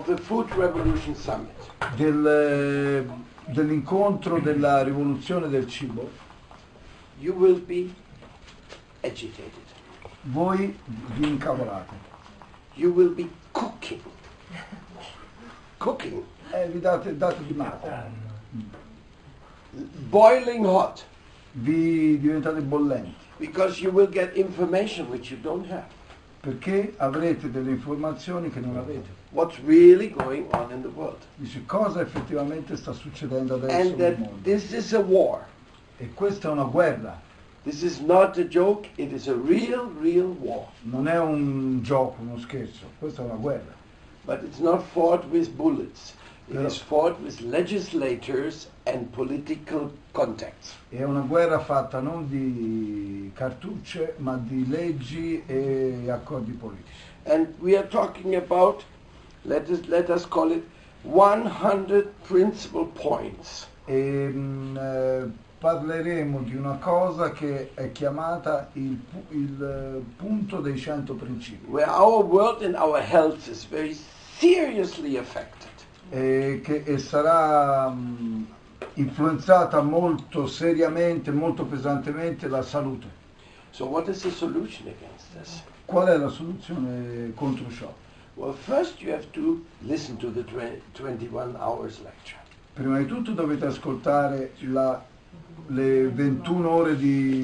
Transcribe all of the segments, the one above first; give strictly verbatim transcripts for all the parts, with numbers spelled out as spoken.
of the Food Revolution Summit, del, dell'incontro della rivoluzione del cibo, you will be agitated. voi vi incavolate. You will be cooking. Cooking. E vi date, date di matto. Boiling hot. Vi diventate bollenti. Because you will get information which you don't have. Perché avrete delle informazioni che non avete. What's really going on in the world. Dice cosa effettivamente sta succedendo adesso And nel that mondo. this is a war. E questa è una guerra. This is not a joke, it is a real, real war. Non è un gioco, uno scherzo, questa è una guerra. But it's not fought with bullets. It Però- is fought with legislators and political contacts. È una guerra fatta non di cartucce, ma di leggi e accordi politici. And we are talking about, let us, let us call it, one hundred principal points. E mh, eh, parleremo di una cosa che è chiamata il, pu- il eh, punto dei cento principi, Where our world and our health is very seriously affected. e che e sarà mh, influenzata molto seriamente, molto pesantemente la salute. So what is the solution against this? Qual è la soluzione contro ciò? Well, first you have to listen to the twenty-one hours lecture. Prima di tutto dovete ascoltare la- le ventuno ore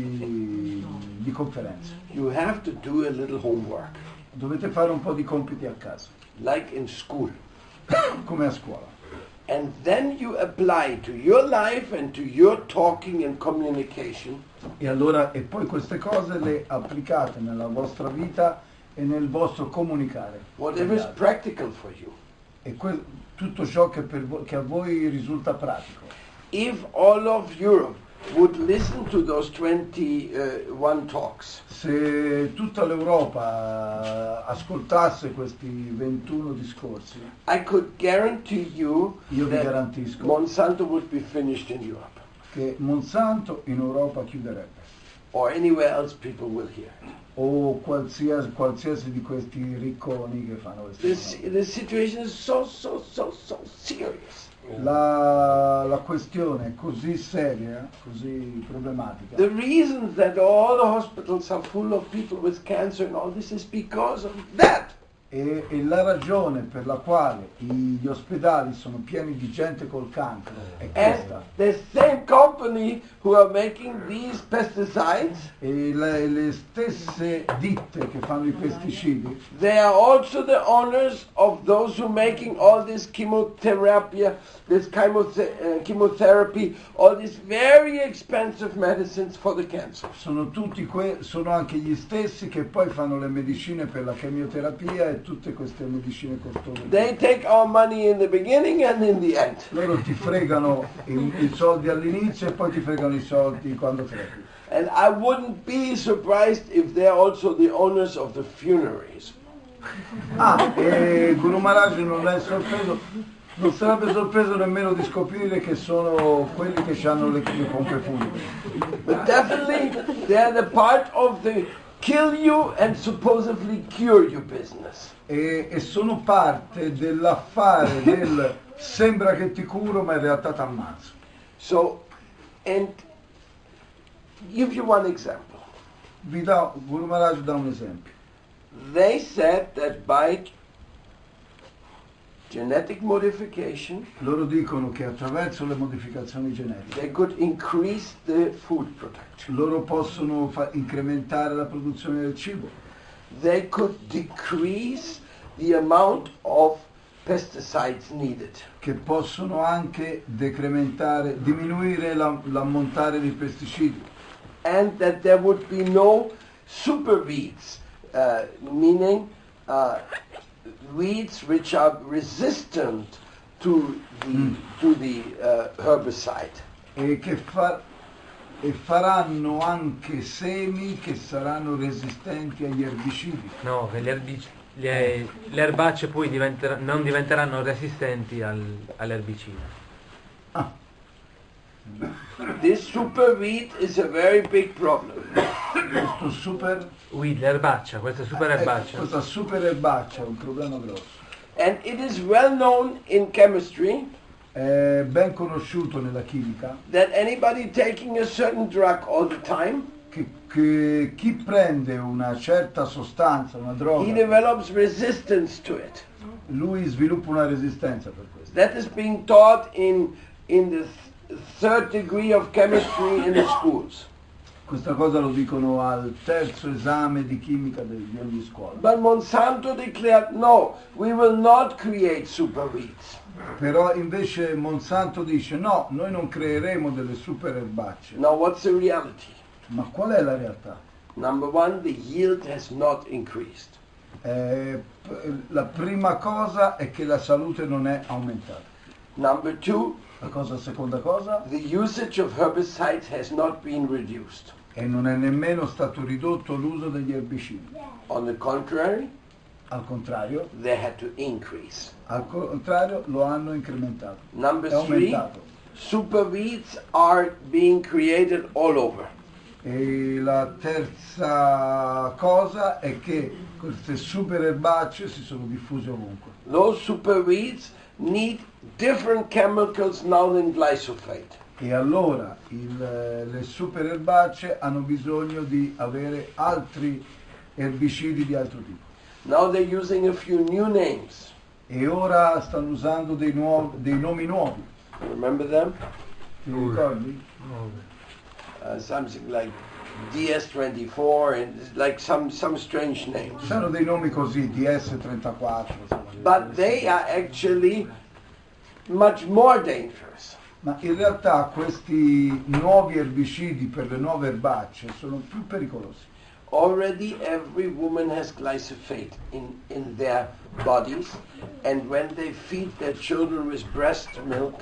di, di conferenza. You have to do a little homework, Dovete fare un po' di compiti a casa, like in school. come a scuola. And then you apply to your life and to your talking and communication E allora, e poi queste cose le applicate nella vostra vita e nel vostro comunicare. whatever is practical for you. E que- tutto ciò che, per vo- che a voi risulta pratico. If all of Europe would listen to those twenty-one talks, Se tutta l'Europa ascoltasse questi ventuno discorsi, I could guarantee you io vi that garantisco Monsanto would be finished in Europe, che Monsanto in Europa chiuderebbe. or anywhere else people will hear. O qualsiasi, qualsiasi di questi ricconi che fanno queste This, cose. the situation is so, so, so, so serious. La, la questione è così seria, così problematica. The reason that all the hospitals are full of people with cancer and all this is because of that. E, e la ragione per la quale gli ospedali sono pieni di gente col cancro è And questa. the same company who are making these pesticides, E le, le stesse ditte che fanno i pesticidi they are also the owners of those who are making all this chemotherapy, this chemothe- uh, chemotherapy, all these very expensive medicines for the cancer. sono, tutti que- sono anche gli stessi che poi fanno le medicine per la chemioterapia e tutte queste medicine costose. They take our money in the beginning and in the end. Loro ti fregano i, i soldi all'inizio e poi ti fregano i soldi quando crepi. And I wouldn't be surprised if they're also the owners of the funeraries. Ah, e Guru Maharaj non è sorpreso, non sarebbe sorpreso nemmeno di scoprire che sono quelli che hanno le, le pompe funebri. But definitely they're the part of the kill you and supposedly cure you business. E, e sono parte dell'affare del sembra che ti curo ma in realtà ti ammazzo. So, and give you one example. Vi do, Guru Maharaj dà un esempio. They said that by genetic modification, Loro dicono che attraverso le modificazioni genetiche they could increase the food production. loro possono fa- incrementare la produzione del cibo, They could decrease the amount of pesticides needed. che possono anche decrementare, diminuire la- l'ammontare di pesticidi, And that there would be no super weeds, uh, meaning uh, weeds which are resistant to the, Mm. to the uh, herbicide. e che fa- e faranno anche semi che saranno resistenti agli erbicidi. No, che gli erbic- le, le erbacce poi diventer- non diventeranno resistenti al, all'erbicida. Ah, This super weed is a very big problem. questo super, Weed, l'erbaccia, questa super ecco, erbaccia. questa super erbaccia è un problema grosso. And it is well known in chemistry È ben conosciuto nella chimica that anybody taking a certain drug all the time, che, che chi prende una certa sostanza, una he droga, develops resistance to it. lui sviluppa una resistenza per questo. That is being taught in, in the th- third degree of chemistry in the schools. Questa cosa lo dicono al terzo esame di chimica de- di ogni scuola. But Monsanto declared, no, we will not create super weeds. Però invece Monsanto dice no, noi non creeremo delle super erbacce. Now what's the reality? Ma qual è la realtà? Number one, the yield has not increased. Eh, p- la prima cosa è che la salute non è aumentata. Number two, La cosa, seconda cosa, the usage of herbicides has not been reduced. e non è nemmeno stato ridotto l'uso degli erbicidi. On the contrary, Al contrario, they had to increase. al contrario lo hanno incrementato. Number È three, aumentato. super weeds are being created all over. E la terza cosa è che queste super erbacce si sono diffuse ovunque. Those super weeds need different chemicals now than glyphosate. E allora il- le super erbacce hanno bisogno di avere altri erbicidi di altro tipo. Now they're using a few new names. E ora stanno usando dei, nuovi, dei nomi nuovi. Remember them? Ti ricordi? Uh, something like D S twenty-four and like some, some strange names. C'erano dei nomi così, D S trentaquattro. insomma. But they are actually much more dangerous. Ma in realtà questi nuovi erbicidi per le nuove erbacce sono più pericolosi. Already every woman has glyphosate in, in their bodies, and when they feed their children with breast milk,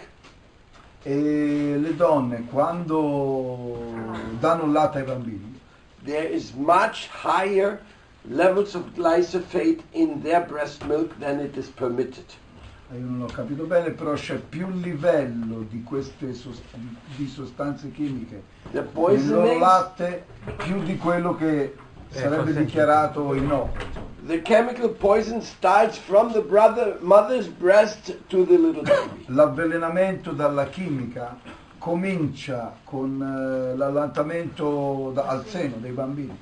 E le donne quando danno il latte ai bambini there is much higher levels of glyphosate in their breast milk than it is permitted. io non ho capito bene, però c'è più livello di queste sost- di sostanze chimiche The nel loro poisoning, latte più di quello che sarebbe consentito. dichiarato innocuo. insomma. the chemical poison starts from the brother, mother's breast to the little baby. L'avvelenamento dalla chimica comincia con eh, l'allattamento da- al seno dei bambini.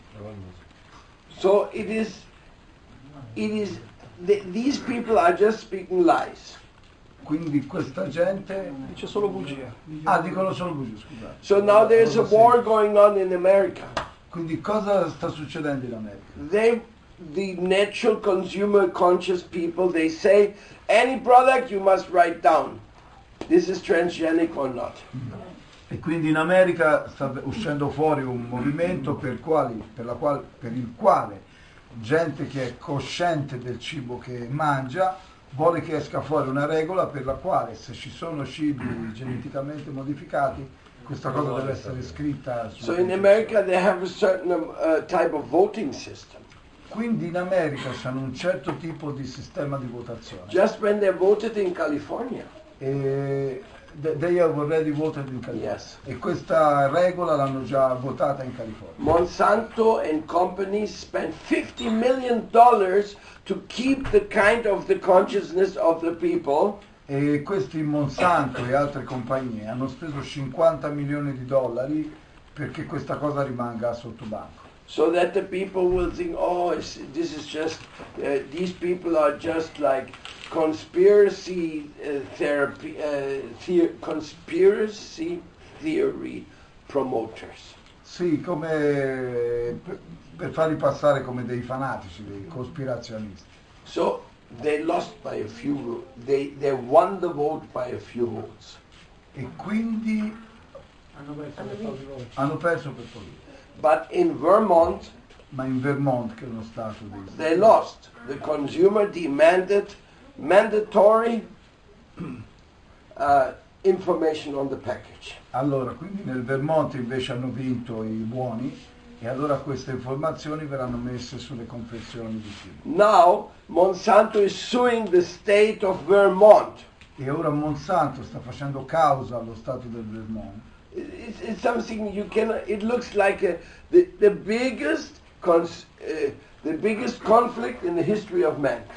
So it is, it is, the, these people are just speaking lies. Quindi questa gente Dice solo bugia. ah dicono solo bugie, scusate. So now there is a Cosa war sì. going on in America. Quindi cosa sta succedendo in America? They, the natural consumer conscious people, they say any product you must write down. This is transgenic or not. E quindi in America sta uscendo fuori un movimento per, quali, per, la qual, per il quale gente che è cosciente del cibo che mangia vuole che esca fuori una regola per la quale se ci sono cibi geneticamente modificati questa cosa deve essere scritta su. So in America they have a certain um, uh, type of voting system. Quindi in America hanno un certo tipo di sistema di votazione. Just when they voted in California. E they they have already voted in California. Yes. E questa regola l'hanno già votata in California. Monsanto and companies spent fifty million dollars to keep the kind of the consciousness of the people. E questi Monsanto e altre compagnie hanno speso cinquanta milioni di dollari perché questa cosa rimanga sotto banco. So that the people will think, oh, it's, this is just, uh, these people are just like conspiracy uh, therapy, uh, the- conspiracy theory promoters. Sì, come per, per farli passare come dei fanatici, dei cospirazionisti. So they lost by a few, vo- they, they won the vote by a few votes. E quindi Hanno perso per pochi voti. hanno perso per poco. But in Vermont, Ma in Vermont, che è uno stato dei... they lost. The consumer demanded mandatory uh, information on the package. Allora, quindi nel Vermont invece hanno vinto i buoni e allora queste informazioni verranno messe sulle confezioni di cibo. Now, Monsanto is suing the state of Vermont. E ora Monsanto sta facendo causa allo stato del Vermont. It's, it's something you can. It looks like a, the the biggest cons, uh, the biggest conflict in the history of mankind.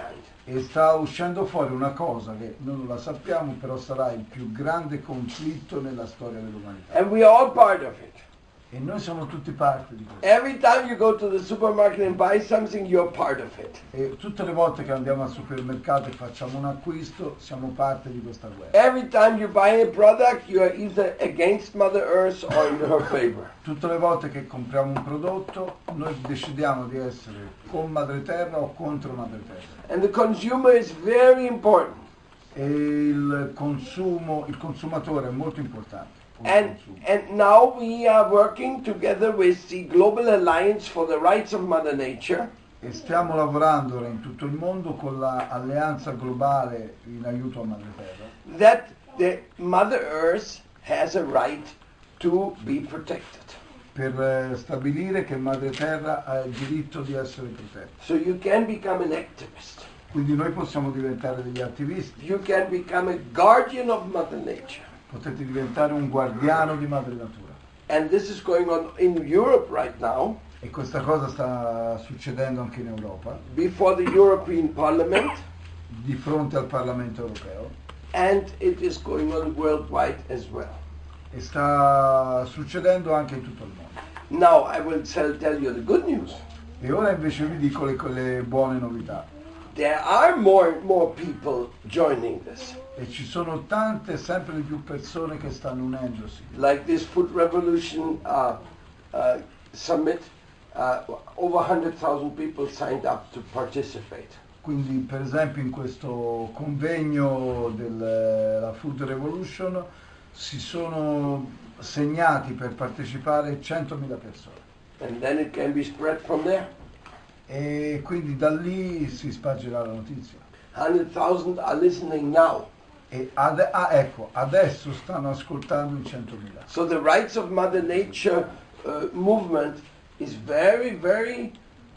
E sta uscendo fuori una cosa che noi non la sappiamo, però sarà il più grande conflitto nella storia dell'umanità. And we are all part of it. E noi siamo tutti parte di questo. Every time you go to the supermarket and buy something, you're part of it. E tutte le volte che andiamo al supermercato e facciamo un acquisto, siamo parte di questa guerra. Every time you buy a product, you are either against Mother Earth or in her favor. Tutte le volte che compriamo un prodotto, noi decidiamo di essere con Madre Terra o contro Madre Terra. And the consumer is very important. E il consumo, il consumatore è molto importante. come And, consumo. and now we are working together with the Global Alliance for the Rights of Mother Nature. E stiamo lavorando ora in tutto il mondo con l'alleanza globale in aiuto a Madre Terra, That the Mother Earth has a right to be protected. per eh, stabilire che Madre Terra ha il diritto di essere protetta. So you can become an activist. Quindi noi possiamo diventare degli attivisti, You can become a guardian of Mother Nature. potete diventare un guardiano di Madre Natura. And this is going on in Europe right now, E questa cosa sta succedendo anche in Europa, before the European Parliament, di fronte al Parlamento europeo, and it is going on worldwide as well. e sta succedendo anche in tutto il mondo. Now I will tell, tell you the good news. E ora invece vi dico le, le buone novità. There are more more people joining this. E ci sono tante, sempre di più persone che stanno unendosi. Like this Food Revolution uh, uh, Summit, uh, over one hundred thousand people signed up to participate. Quindi per esempio in questo convegno della Food Revolution si sono segnati per partecipare centomila persone. And then it can be spread from there. E quindi da lì si spargerà la notizia. one hundred thousand are listening now. E ade- ah, ecco, adesso stanno ascoltando in centomila. So the Rights of Mother Nature uh, movement is very, very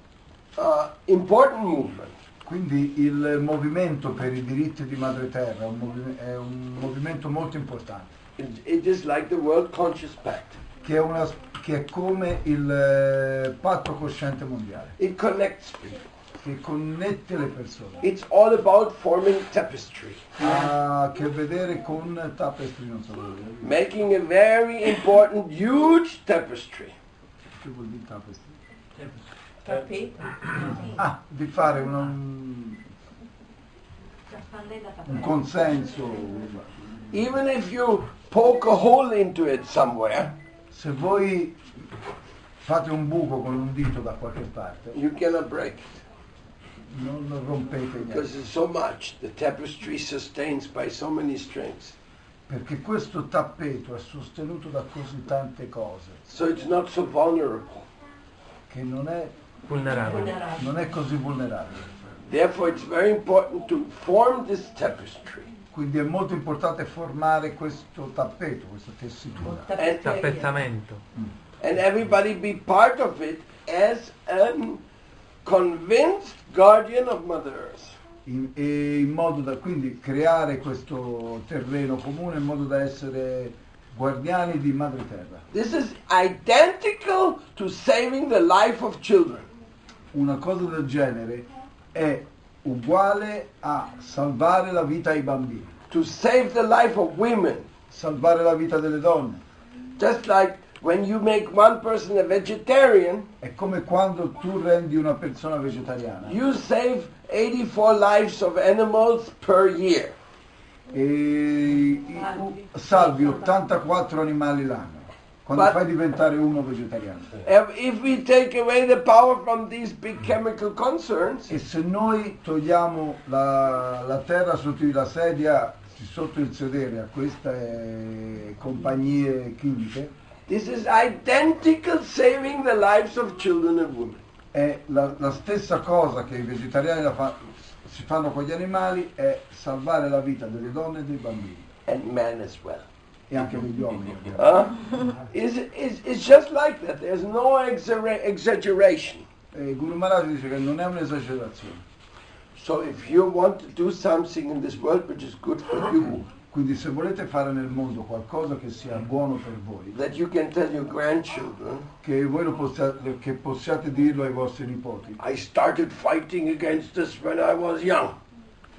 uh, important movement. Quindi il movimento per i diritti di Madre Terra è un, movi- è un movimento molto importante, It, it is like the World Conscious Pact. che è, una, che è come il eh, patto cosciente mondiale, It connects people. che connette le persone. It's all about forming tapestry, Ha a che vedere con tapestry, non so dove dire. making a very important, huge tapestry. Che vuol dire tapestry? Tappeto. Ah, di fare una- un, La spalletta un tappeto. consenso. Even if you poke a hole into it somewhere, Se voi fate un buco con un dito da qualche parte, you cannot break it non rompete because niente, it's so much. The tapestry sustains by so many strings. perché questo tappeto è sostenuto da così tante cose So it's not so vulnerable. che non è, Vulnerabile. Vulnerabile. non è così vulnerabile. Therefore, it's very important to form this tapestry. Quindi è molto importante formare questo tappeto, questa tessitura. And, Tappezzamento. and everybody be part of it as a convinced guardian of Mother Earth. In, e in modo da quindi creare questo terreno comune in modo da essere guardiani di Madre Terra. This is identical to saving the life of children. Una cosa del genere è uguale a salvare la vita ai bambini, To save the life of women. salvare la vita delle donne. Just like when you make one person a vegetarian, È come quando tu rendi una persona vegetariana you save eighty-four lives of animals per year. e i- u- salvi ottantaquattro animali l'anno quando But- fai diventare uno vegetariano. If if we take away the power from these big chemical concerns, E se noi togliamo la, la terra sotto la sedia, sotto il sedere a queste compagnie chimiche, this is identical saving the lives of children and women. è la, la stessa cosa che i vegetariani la fa- si fanno con gli animali, è salvare la vita delle donne e dei bambini And men as well. e anche degli uomini. Huh? It's, it's, it's just like that. There's no exagger- exaggeration. E Guru Maharaj dice che non è un'esagerazione. So if you want to do something in this world which is good for you, Quindi se volete fare nel mondo qualcosa che sia buono per voi, that you can tell your grandchildren, che voi lo possiate, che possiate dirlo ai vostri nipoti. I started fighting against this when I was young.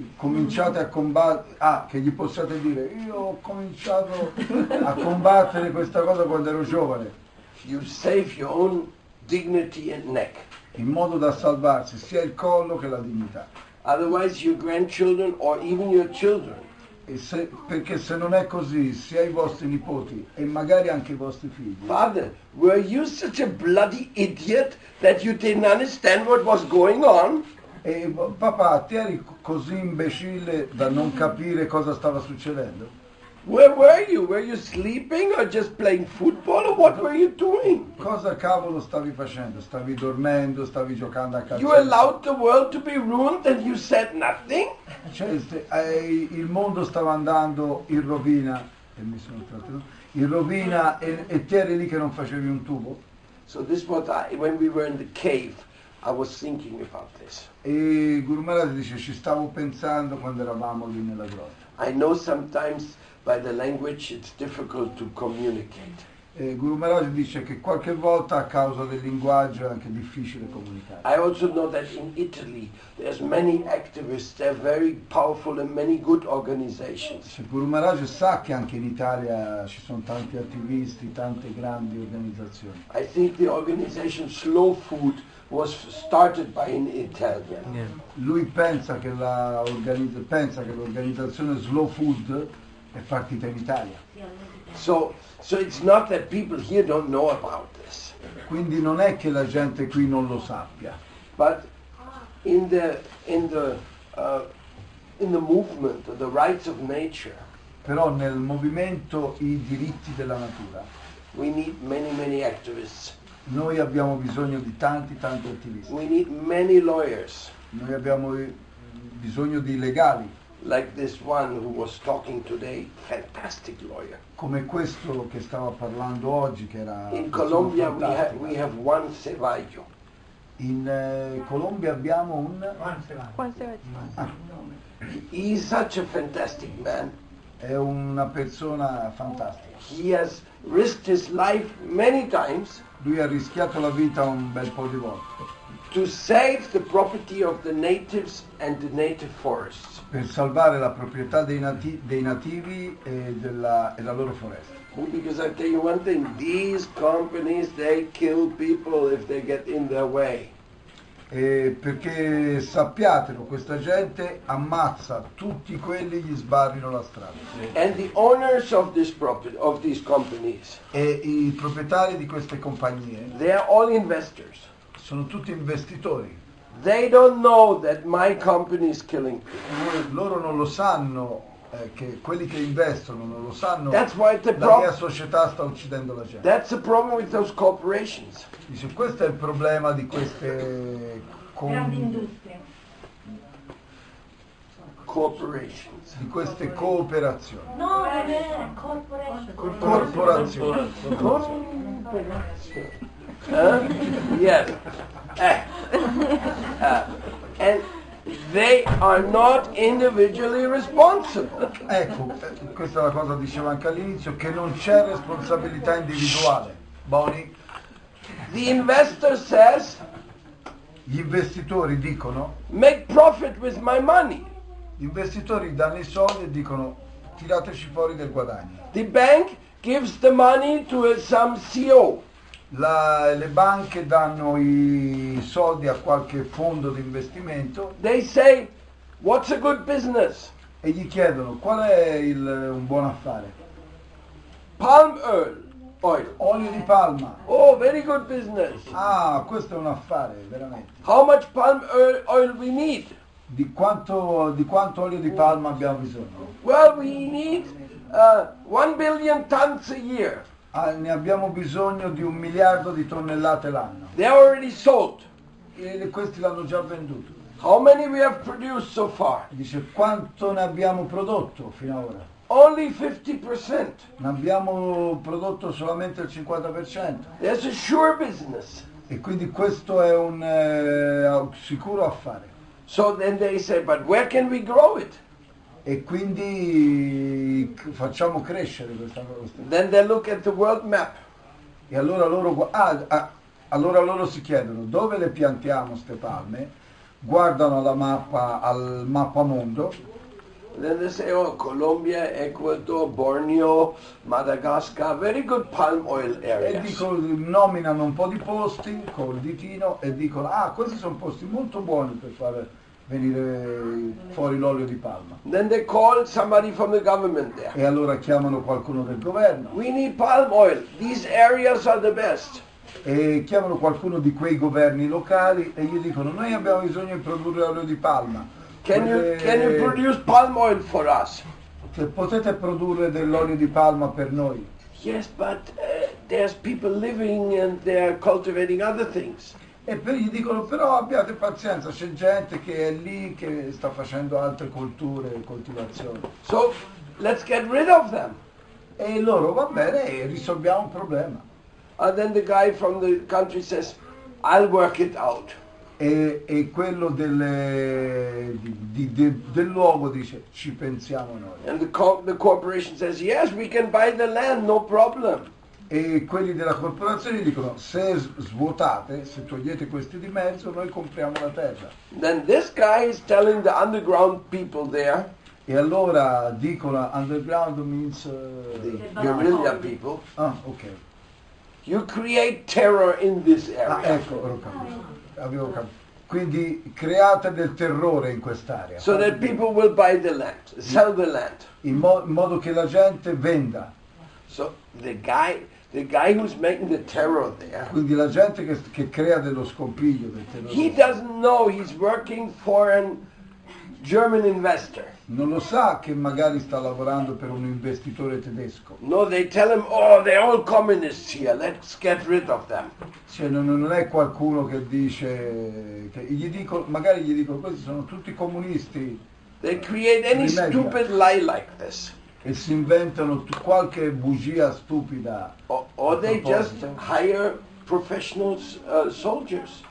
cominciate a combattere, ah, che gli possiate dire, io ho cominciato a combattere questa cosa quando ero giovane, You save your own dignity and neck. in modo da salvarsi sia il collo che la dignità. Otherwise, your grandchildren or even your children E se, perché se non è così, sia i vostri nipoti e magari anche i vostri figli, Father, were you such a bloody idiot that you didn't understand what was going on? e papà, ti eri così imbecille da non capire cosa stava succedendo? Where were you? Were you sleeping or just playing football or what were you doing? Cosa cavolo stavi facendo? Stavi dormendo, stavi giocando a calcio? You allowed the world to be ruined and you said nothing? Cioè, se- eh, il mondo stava andando in rovina, e mi sono trattenuto, in rovina e, e te eri lì che non facevi un tubo? So this was I, when we were in the cave, I was thinking about this. E Guru Maharaj dice, ci stavo pensando quando eravamo lì nella grotta. I know sometimes by the language it's difficult to communicate. E Guru Maharaj dice che qualche volta a causa del linguaggio è anche difficile comunicare. I also know that in Italy there's many activists, they're very powerful and many good organizations. Se Guru Maharaj sa che anche in Italia ci sono tanti attivisti, tante grandi organizzazioni. I think the organization Slow Food was started by an Italian. Yeah. Lui pensa che, la organizza- pensa che l'organizzazione Slow Food è partita in Italia. So, so it's not that people here don't know about this, Quindi non è che la gente qui non lo sappia, but in the in the uh, in the movement of the rights of nature, però nel movimento I diritti della natura we need many many activists. noi abbiamo bisogno di tanti tanti attivisti, We need many lawyers, noi abbiamo eh, bisogno di legali, like this one who was talking today, fantastic lawyer. come questo che stava parlando oggi, che era In una persona Colombia we have fantastica. we have one Ceballo. In eh, Colombia abbiamo un ah, He's such a fantastic man. è una persona fantastica. He has risked his life many times Lui ha rischiato la vita un bel po' di volte to save the property of the natives and the native forests. per salvare la proprietà dei, nati- dei nativi e, della, e la loro foresta. Because I tell you one thing, these companies, they kill people if they get in their way. E perché sappiatelo, questa gente ammazza tutti quelli gli sbarrino la strada. And the owners of this property, of these companies, E i proprietari di queste compagnie they are all investors. sono tutti investitori. They don't know that my company is killing people. Loro non lo sanno, eh, che quelli che investono non lo sanno, That's why the la mia problem. società sta uccidendo la gente. That's the problem with those corporations. Dice, questo è il problema di queste com- Grandi industrie. Corporations. di queste cooperazioni. No, è vero, corporation. Corporazioni. Huh? Yes. Eh. Uh, and they are not individually responsible. Ecco, eh, questa è la cosa che dicevo anche all'inizio, che non c'è responsabilità individuale. Boni, The investor says, gli investitori dicono, make profit with my money. gli investitori danno i soldi e dicono tirateci fuori del guadagno. The bank gives the money to uh, some C E O. La- le banche danno i soldi a qualche fondo di investimento They say, what's a good business? e gli chiedono qual è il, un buon affare. Palm oil. Oil. Olio di palma. Oh, very good business. Ah, questo è un affare, veramente. How much palm oil, oil we need? Di quanto, di quanto olio di palma abbiamo bisogno? Well, we need uh, one billion tons a year. Ah, ne abbiamo bisogno di un miliardo di tonnellate l'anno. They are already sold. E questi l'hanno già venduto. How many we have produced so far? Dice quanto ne abbiamo prodotto fino ad ora? Only fifty percent. Ne abbiamo prodotto solamente il cinquanta per cento. There's a sure business. E quindi questo è un eh, sicuro affare. So then they say, but where can we grow it? E quindi c- facciamo crescere questa cosa. Then they look at the world map. E allora loro, gu- ah, ah, allora loro si chiedono dove le piantiamo ste palme? guardano la mappa al mappamondo Then they say, oh, Colombia, Ecuador, Borneo, Madagascar, very good palm oil e areas. dicono, nominano un po' di posti col ditino e dicono ah, questi sono posti molto buoni per far venire fuori l'olio di palma. Then they call somebody from the government there. E allora chiamano qualcuno del governo We need palm oil. These areas are the best. e chiamano qualcuno di quei governi locali e gli dicono noi abbiamo bisogno di produrre olio di palma. Can you, Quelle- can you produce palm oil for us? che potete produrre dell'olio di palma per noi? Yes, but uh, there's people living and they're cultivating other things. E poi gli dicono però abbiate pazienza, c'è gente che è lì che sta facendo altre colture e coltivazioni. So let's get rid of them. E loro va bene e risolviamo un problema. And then the guy from the country says, I'll work it out. E, e quello delle- di- di- di- del luogo dice ci pensiamo noi. And the, co- the corporation says, yes, we can buy the land, no problem. E quelli della corporazione dicono se s- svuotate, se togliete questi di mezzo, noi compriamo la terra. Then this guy is telling the underground people there, E allora dicono underground means... the uh, guerrilla people, ah, ok. you create terror in this Ah, area. ecco, ho capito. Avevo capito. Quindi create del terrore in quest'area. So that people will buy the land, sell the land. In, mo- in modo che la gente venda. So the guy, the guy who's making the terror there, Quindi la gente che, che crea dello scompiglio, del he terrore, doesn't know he's working for a German investor. non lo sa che magari sta lavorando per un investitore tedesco. No, they tell him, oh, they're all communists here, let's get rid of them. Cioè non, non è qualcuno che dice, che gli dico, magari gli dicono questi sono tutti comunisti They create any Rimedia. stupid lie like this. e si inventano tu- qualche bugia stupida. Or, or they just hire professional uh, soldiers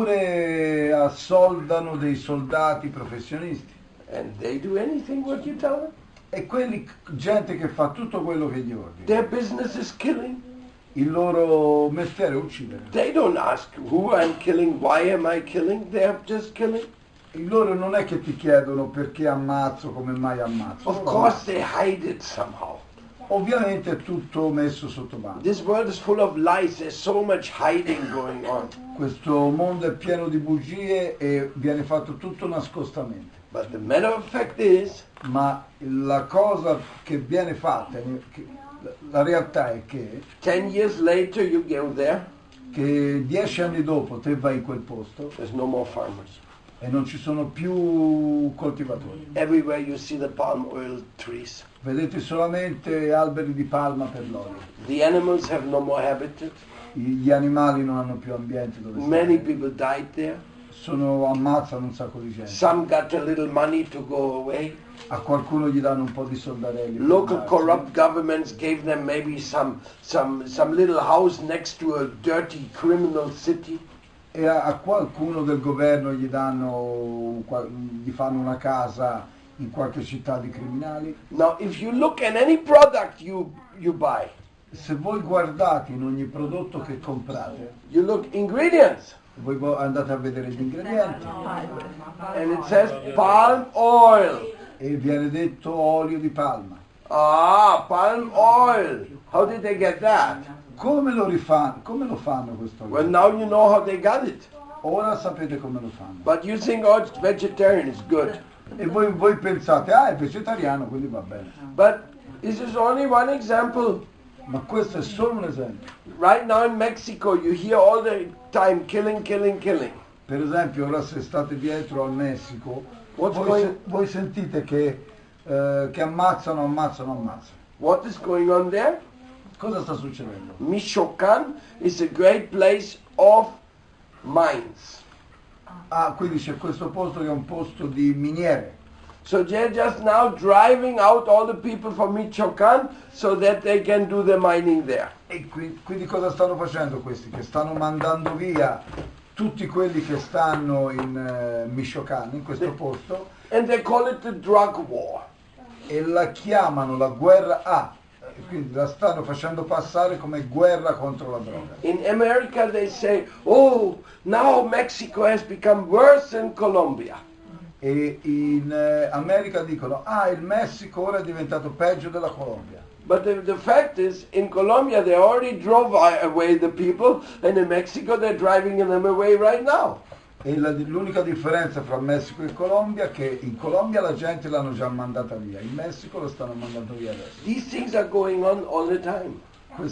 Oppure assoldano dei soldati professionisti. and they do anything what you tell them. E quelli, gente che fa tutto quello che gli ordini. Their business is killing. Il loro mestiere è uccidere. They don't ask who I'm killing, why am I killing, they're just killing. Il loro non è che ti chiedono perché ammazzo, come mai ammazzo. Of course they hide it somehow. Ovviamente è tutto messo sotto banco. This world is full of lies, there's so much hiding going on. Questo mondo è pieno di bugie e viene fatto tutto nascostamente. But the matter of fact is, Ma la cosa che viene fatta, che- la realtà è che, ten years later you go there, che dieci anni dopo te vai in quel posto there's no more farmers. e non ci sono più coltivatori. Everywhere you see the palm oil trees. Vedete solamente alberi di palma per l'olio. The animals have no more habitat. Gli animali non hanno più ambiente dove Many stare. people died there. Sono, ammazzano un sacco di gente. Some got a little money to go away. A qualcuno gli danno un po' di soldarelli. per Local andarsi. corrupt governments gave them maybe some, some, some little house next to a dirty criminal city. E a, a qualcuno del governo gli danno, qua- gli fanno una casa in qualche città di criminali. Now, if you look at any product you, you buy, Se voi guardate in ogni prodotto che comprate, you look ingredients, voi vo- andate a vedere gli ingredienti and it says palm oil. e viene detto olio di palma. Ah, palm oil. How did they get that? Come lo rifanno? Come lo fanno questo olio? Well, now you know how they got it. Ora sapete come lo fanno. But you think, oh, it's vegetarian, it's good. E voi, voi pensate, ah, è vegetariano, quindi va bene. But this is only one example. Ma questo è solo un esempio. Right now in Mexico, you hear all the time killing, killing, killing. Per esempio, ora se state dietro al Messico, What's voi, going- se- voi sentite che, eh, che ammazzano, ammazzano, ammazzano. What is going on there? Cosa sta succedendo? Michoacan is a great place of mines. Ah, quindi c'è questo posto che è un posto di miniere. So they're just now driving out all the people from Michoacan so that they can do the mining there. E qui- quindi cosa stanno facendo questi? Che stanno mandando via tutti quelli che stanno in eh, Michoacán, in questo posto, And they call it the drug war. e la chiamano la guerra a, e quindi la stanno facendo passare come guerra contro la droga. In America they say, oh, now Mexico has become worse than Colombia. E in eh, America dicono, ah, il Messico ora è diventato peggio della Colombia. But the, the fact is, in Colombia they already drove a- away the people, and in Mexico they're driving them away right now. E la- l'unica differenza fra Messico e Colombia è che in Colombia la gente l'hanno già mandata via, in Messico lo stanno mandando via adesso. These things are going on all the time.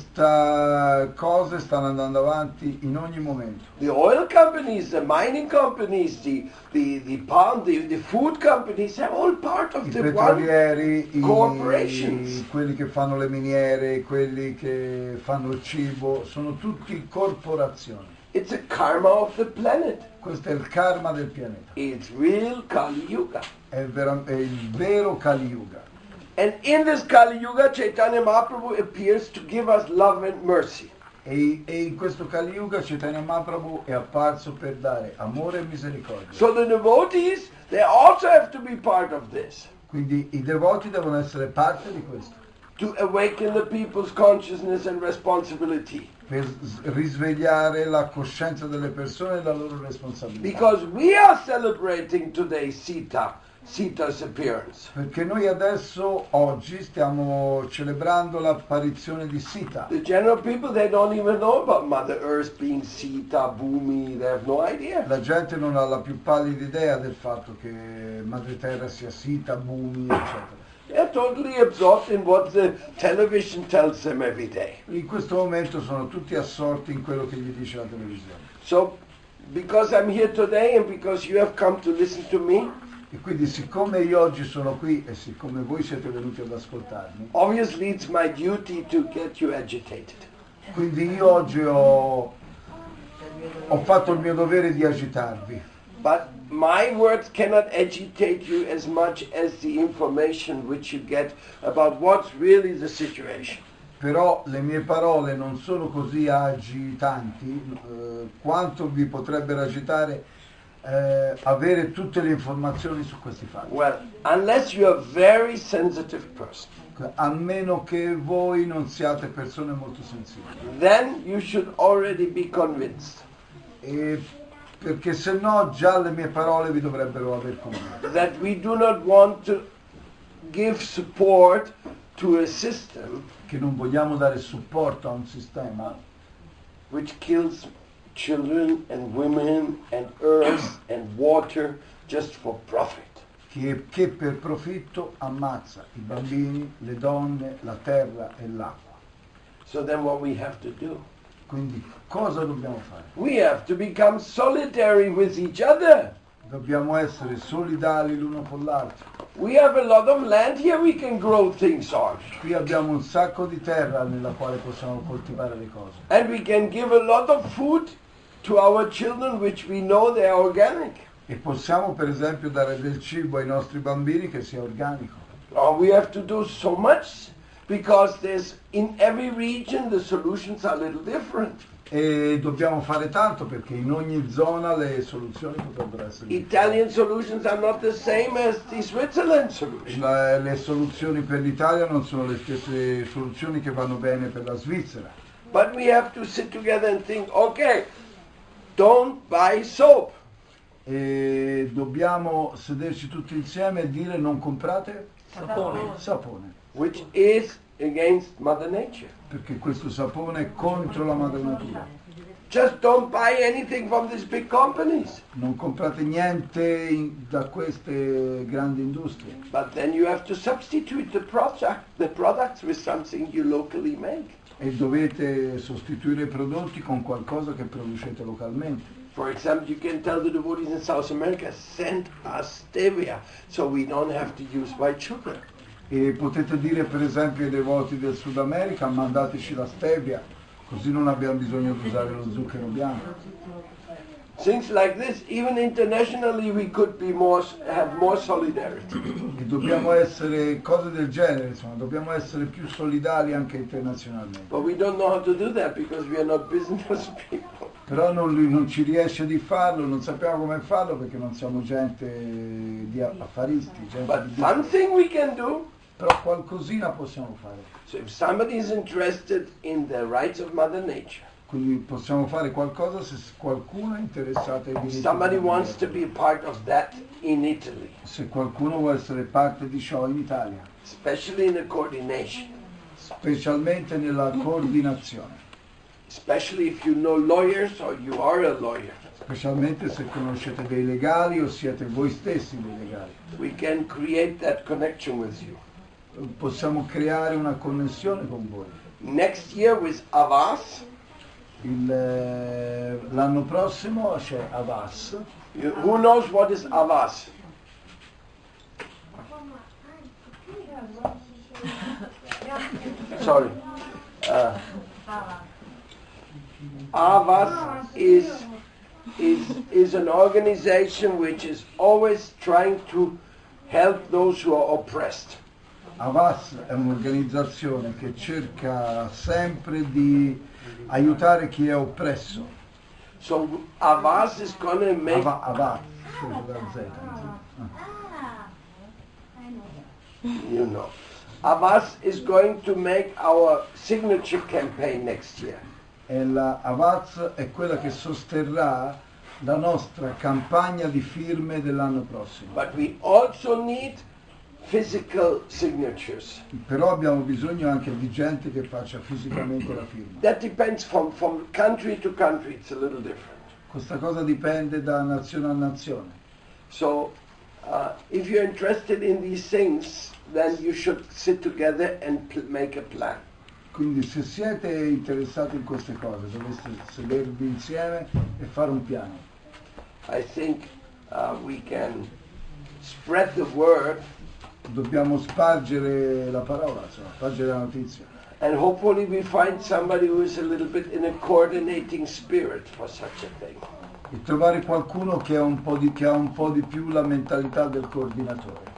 Queste cose stanno andando avanti in ogni momento. The oil companies, the mining companies, the the the palm, the, the food companies are all part of I the one. petrolieri, i, corporations. quelli che fanno le miniere, quelli che fanno il cibo, sono tutti corporazioni. It's a karma of the planet. Questo è il karma del pianeta, It's real Kali Yuga. è, vera- è il vero Kali Yuga. And in this Kali Yuga, Chaitanya Mahaprabhu appears to give us love and mercy. E, e in questo Kali Yuga Chaitanya Mahaprabhu è apparso per dare amore e misericordia. So the devotees, they also have to be part of this, Quindi i devoti devono essere parte di questo, to awaken the people's consciousness and responsibility. per s- risvegliare la coscienza delle persone e la loro responsabilità. Because we are celebrating today Sita, Sita's appearance. Perché noi adesso, oggi, stiamo celebrando l'apparizione di Sita. The general people, they don't even know about Mother Earth being Sita, Bhumi, they have no idea. La gente non ha la più pallida idea del fatto che Madre Terra sia Sita, Bhumi, eccetera. They're totally absorbed in what the television tells them every day. In questo momento sono tutti assorti in quello che gli dice la televisione. So, because I'm here today and because you have come to listen to me, E quindi siccome io oggi sono qui e siccome voi siete venuti ad ascoltarmi, obviously it's my duty to get you agitated. quindi io oggi ho, ho fatto il mio dovere di agitarvi. But my words cannot agitate you as much as the information which you get about what's really the situation. Però le mie parole non sono così agitanti eh, quanto vi potrebbero agitare eh, avere tutte le informazioni su questi fatti. Well, unless you're a very sensitive person, A meno che voi non siate persone molto sensibili. then you should already be convinced E perché se no già le mie parole vi dovrebbero aver convinto. that we do not want to give support to a system Che non vogliamo dare supporto a un sistema which kills children and women and earth and water just for profit. che, che per profitto ammazza i bambini, le donne, la terra e l'acqua. So then what we have to do? Quindi cosa dobbiamo fare? We have to become solidary with each other. Dobbiamo essere solidali l'uno con l'altro. We have a lot of land here we can grow things on. Qui abbiamo un sacco di terra nella quale possiamo coltivare le cose. And we can give a lot of food to our children which we know they are organic. E possiamo per esempio dare del cibo ai nostri bambini che sia organico. Now we have to do so much because there's in every region the solutions are a little different. E dobbiamo fare tanto perché in ogni zona le soluzioni potrebbero essere differenti. Italian solutions are not the same as the Switzerland solution. La- le soluzioni per l'Italia non sono le stesse soluzioni che vanno bene per la Svizzera. But we have to sit together and think, okay, don't buy soap. E dobbiamo sederci tutti insieme e dire non comprate Sapone. sapone, Which is against Mother Nature. perché questo sapone è contro la madre natura. Just don't buy anything from these big companies. Non comprate niente in- da queste grandi industrie, But then you have to substitute the product, the products with something you locally make. e dovete sostituire i prodotti con qualcosa che producete localmente. For example, you can tell the devotees in South America, send us stevia, so we don't have to use white sugar. E potete dire per esempio ai devoti del Sud America mandateci la stevia, così non abbiamo bisogno di usare lo zucchero bianco. Things like this, even internationally, we could be more, have more solidarity. E dobbiamo essere cose del genere, insomma, dobbiamo essere più solidali anche internazionalmente. But we don't know how to do that because we are not business people. Però non, non ci riesce di farlo, non sappiamo come farlo perché non siamo gente di affaristi, gente But di one thing we can do, però qualcosina possiamo fare. So if somebody is interested in the rights of Mother Nature, Quindi possiamo fare qualcosa se qualcuno è interessato ai diritti somebody della wants to natura. be a part of that in Italy, Se qualcuno vuole essere parte di ciò in Italia, especially in the coordination, specialmente nella coordinazione, especially if you know lawyers or you are a lawyer, specialmente se conoscete dei legali o siete voi stessi dei legali. we can create that connection with you. Possiamo creare una connessione con voi. Next year with Avas, Il, eh, l'anno prossimo c'è Avas. you, who knows what is Avas? Sorry. Uh, Avas is, is, is an organization which is always trying to help those who are oppressed. Avas è un'organizzazione che cerca sempre di aiutare chi è oppresso. So Avas is going to make Ava, Avas, scusa, da Z. you know. Avas is going to make our signature campaign next year. E la Avaz è quella che sosterrà la nostra campagna di firme dell'anno prossimo. But we also need physical signatures. Però abbiamo bisogno anche di gente che faccia fisicamente la firma. That depends from, from country to country, it's a little different. Questa cosa dipende da nazione a nazione. So uh, if you're interested in these things, then you should sit together and pl- make a plan. Quindi se siete interessati in queste cose, dovreste sedervi insieme e fare un piano. I think uh, we can spread the word Dobbiamo spargere la parola, insomma, spargere la notizia. and hopefully we find somebody who is a little bit in a coordinating spirit for such a thing. E trovare qualcuno che ha un po' di, che ha un po' di più la mentalità del coordinatore.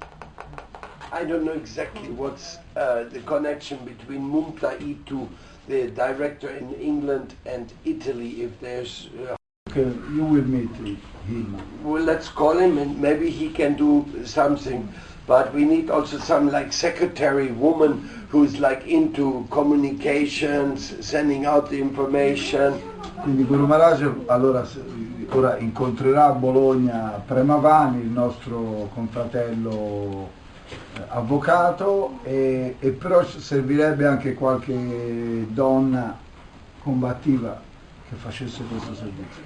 I don't know exactly what's uh, the connection between Mumta Itu, the director in England, and Italy, if there's uh, Che you will meet him. well, let's call him and maybe he can do something. But we need also some like secretary woman who's like into communications, sending out the information. Quindi Guru Maharaj allora se- ora incontrerà a Bologna Premavani, il nostro confratello eh, avvocato, e, e però servirebbe anche qualche donna combattiva che facesse questo servizio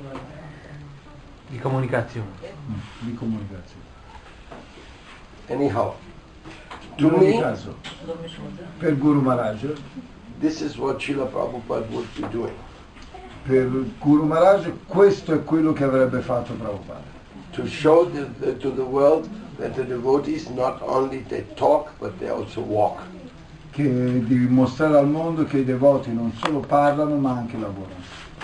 Di comunicazione. mm, di comunicazione. Anyhow, In to ogni me, caso, per Guru Maharaj, this is what Srila Prabhupada would be doing. per Guru Maharaj questo è quello che avrebbe fatto Prabhupada. To show the, the, to the world that the devotees not only they talk, but they also walk. Che di mostrare al mondo che i devoti non solo parlano ma anche lavorano.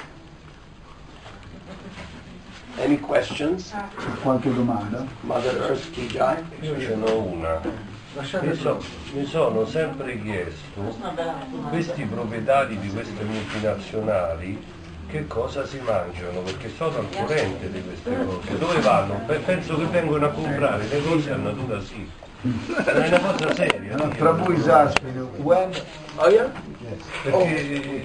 Any questions? C'è qualche domanda? Mother Earth Ki Jai? Io ce n'ho una. Mi, so- mi sono sempre chiesto, questi proprietari di queste multinazionali, che cosa si mangiano, perché sono al corrente di queste cose. Dove vanno? Beh, penso che vengono a comprare le cose a natura sì. È una cosa seria. No, sì. Prabhu is asking when Oh yeah? Perché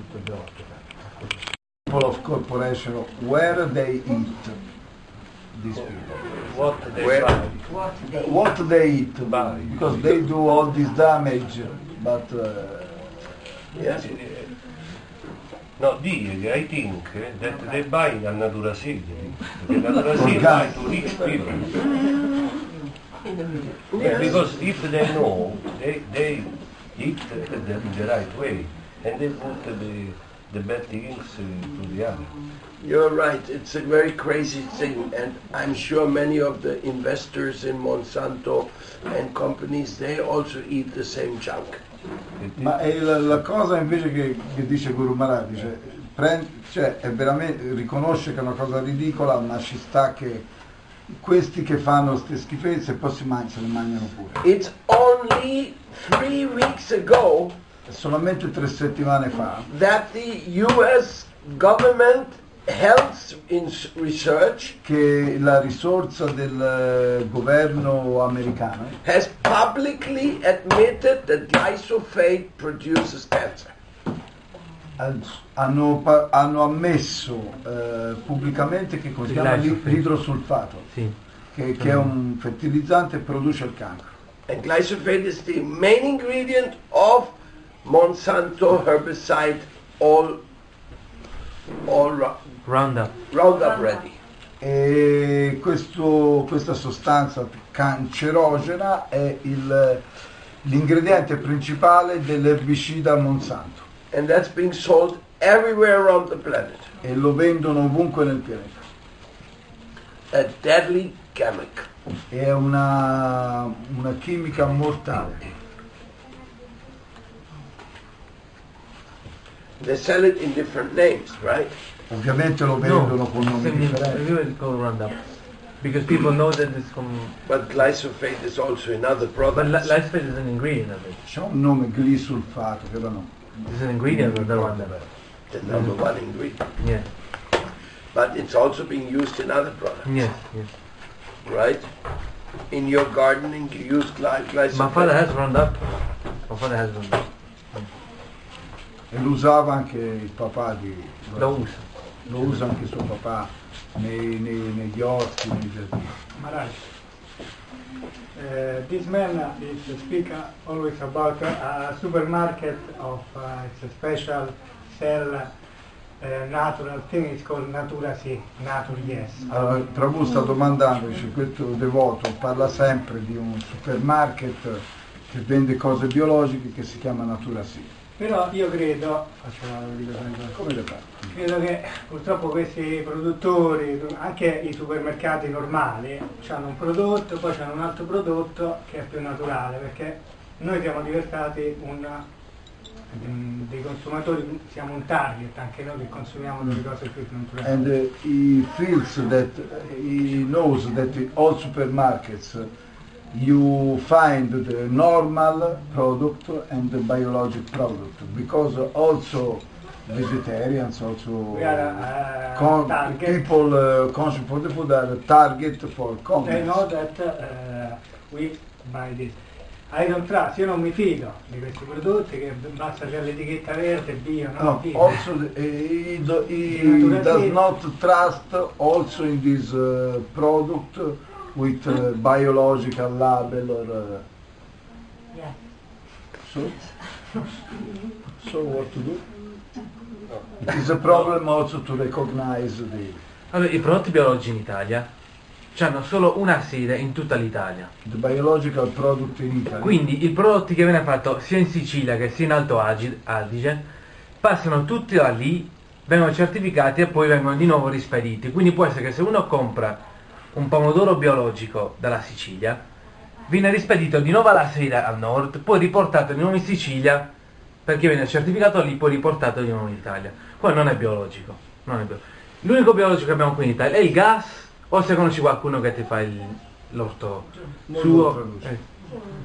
people of corporation where they eat these people. what they Where- buy. What they eat Buy. because they do all this damage but uh, Yes. No, dice, I think that they buy a natura sì. Perché natura sì buy Organic. to rich people. Yeah, because if they know, they, they eat the, the, the right way, and they put the, the bad things uh, to the other. You're right. It's a very crazy thing, and I'm sure many of the investors in Monsanto and companies, they also eat the same junk. ma è la, la cosa invece che, che dice Guru Maharaj dice, prend- cioè, è veramente, riconosce che è una cosa ridicola ma ci sta che questi che fanno queste schifezze poi si man- se le mangiano pure. It's only three weeks ago Solamente tre settimane fa that the U S government Health in- Research che la risorsa del eh, governo americano has publicly admitted that glyphosate produces cancer. eh, hanno, pa- hanno ammesso eh, pubblicamente che cosa si Il chiama l'i- glyphosate. l'idrosulfato, Sì. che, che è un fertilizzante e produce il cancro. And glyphosate is the main ingredient of Monsanto herbicide all, all Ro- Roundup. Roundup Ready. E questo- questa sostanza cancerogena è il- l'ingrediente principale dell'erbicida Monsanto And that's being sold everywhere around the planet. e lo vendono ovunque nel pianeta. A deadly chemical. È una, una chimica mortale. They sell it in different names, right? Ovviamente lo vendono con nomi same name. differenti. Everywhere it's called Roundup. Because people know that it's from... But glyphosate is also in other But li- products. glyphosate is an ingredient of it. C'è un nome glisulfato che no. It's an ingredient of the Roundup. The number one ingredient. Yeah. But it's also being used in other products, Yes, yes. right? In your gardening, you use gly- glyphosate. My father has Roundup. My father has Roundup. E lo usava anche il papà di... Lo usa. Lo usa anche suo papà nei- nei- negli orti, nei giardini. Maharaj, uh, this man uh, is speak uh, always about uh, a supermarket of uh, it's a special sell uh, natural thing. It's called Natura Sì, Nature Yes. Allora, Prabhu sta domandando, dice, questo devoto parla sempre di un supermarket che vende cose biologiche che si chiama Natura Sì. Però io credo, faccio una dico sempre, Come le fa? credo che purtroppo questi produttori, anche i supermercati normali, hanno un prodotto, poi hanno un altro prodotto che è più naturale, perché noi siamo diventati una, mm, dei consumatori, siamo un target, anche noi che consumiamo delle cose più naturali. And uh, he feels that, he knows that in all supermarkets uh, you find the normal product and the biologic product, because also vegetarians, also We are a con- target. people uh, conscious for the food are a target for They commerce. know that uh, we buy this. I don't trust, io non mi fido di questi prodotti che basta c'è l'etichetta verde, bio, non No, mi fido. also the- he, do- he Natura does Sì. not trust also in this uh, product with uh, biological label or uh, Yeah. so. So what to do? It is a problem also to recognize the, Allora, i prodotti biologici in Italia hanno solo una sede in tutta l'Italia. the biological product in Italy. Quindi i prodotti che viene fatto sia in Sicilia che sia in Alto Agi- Adige passano tutti da lì, vengono certificati e poi vengono di nuovo rispediti. Quindi può essere che se uno compra un pomodoro biologico dalla Sicilia, viene rispedito di nuovo alla sede al nord, poi riportato di nuovo in Sicilia perché viene certificato lì, poi riportato di nuovo in Italia. Poi non è biologico. Non è bio- L'unico biologico che abbiamo qui in Italia è il gas, o se conosci qualcuno che ti fa il- l'orto Non suo. lo produce. eh,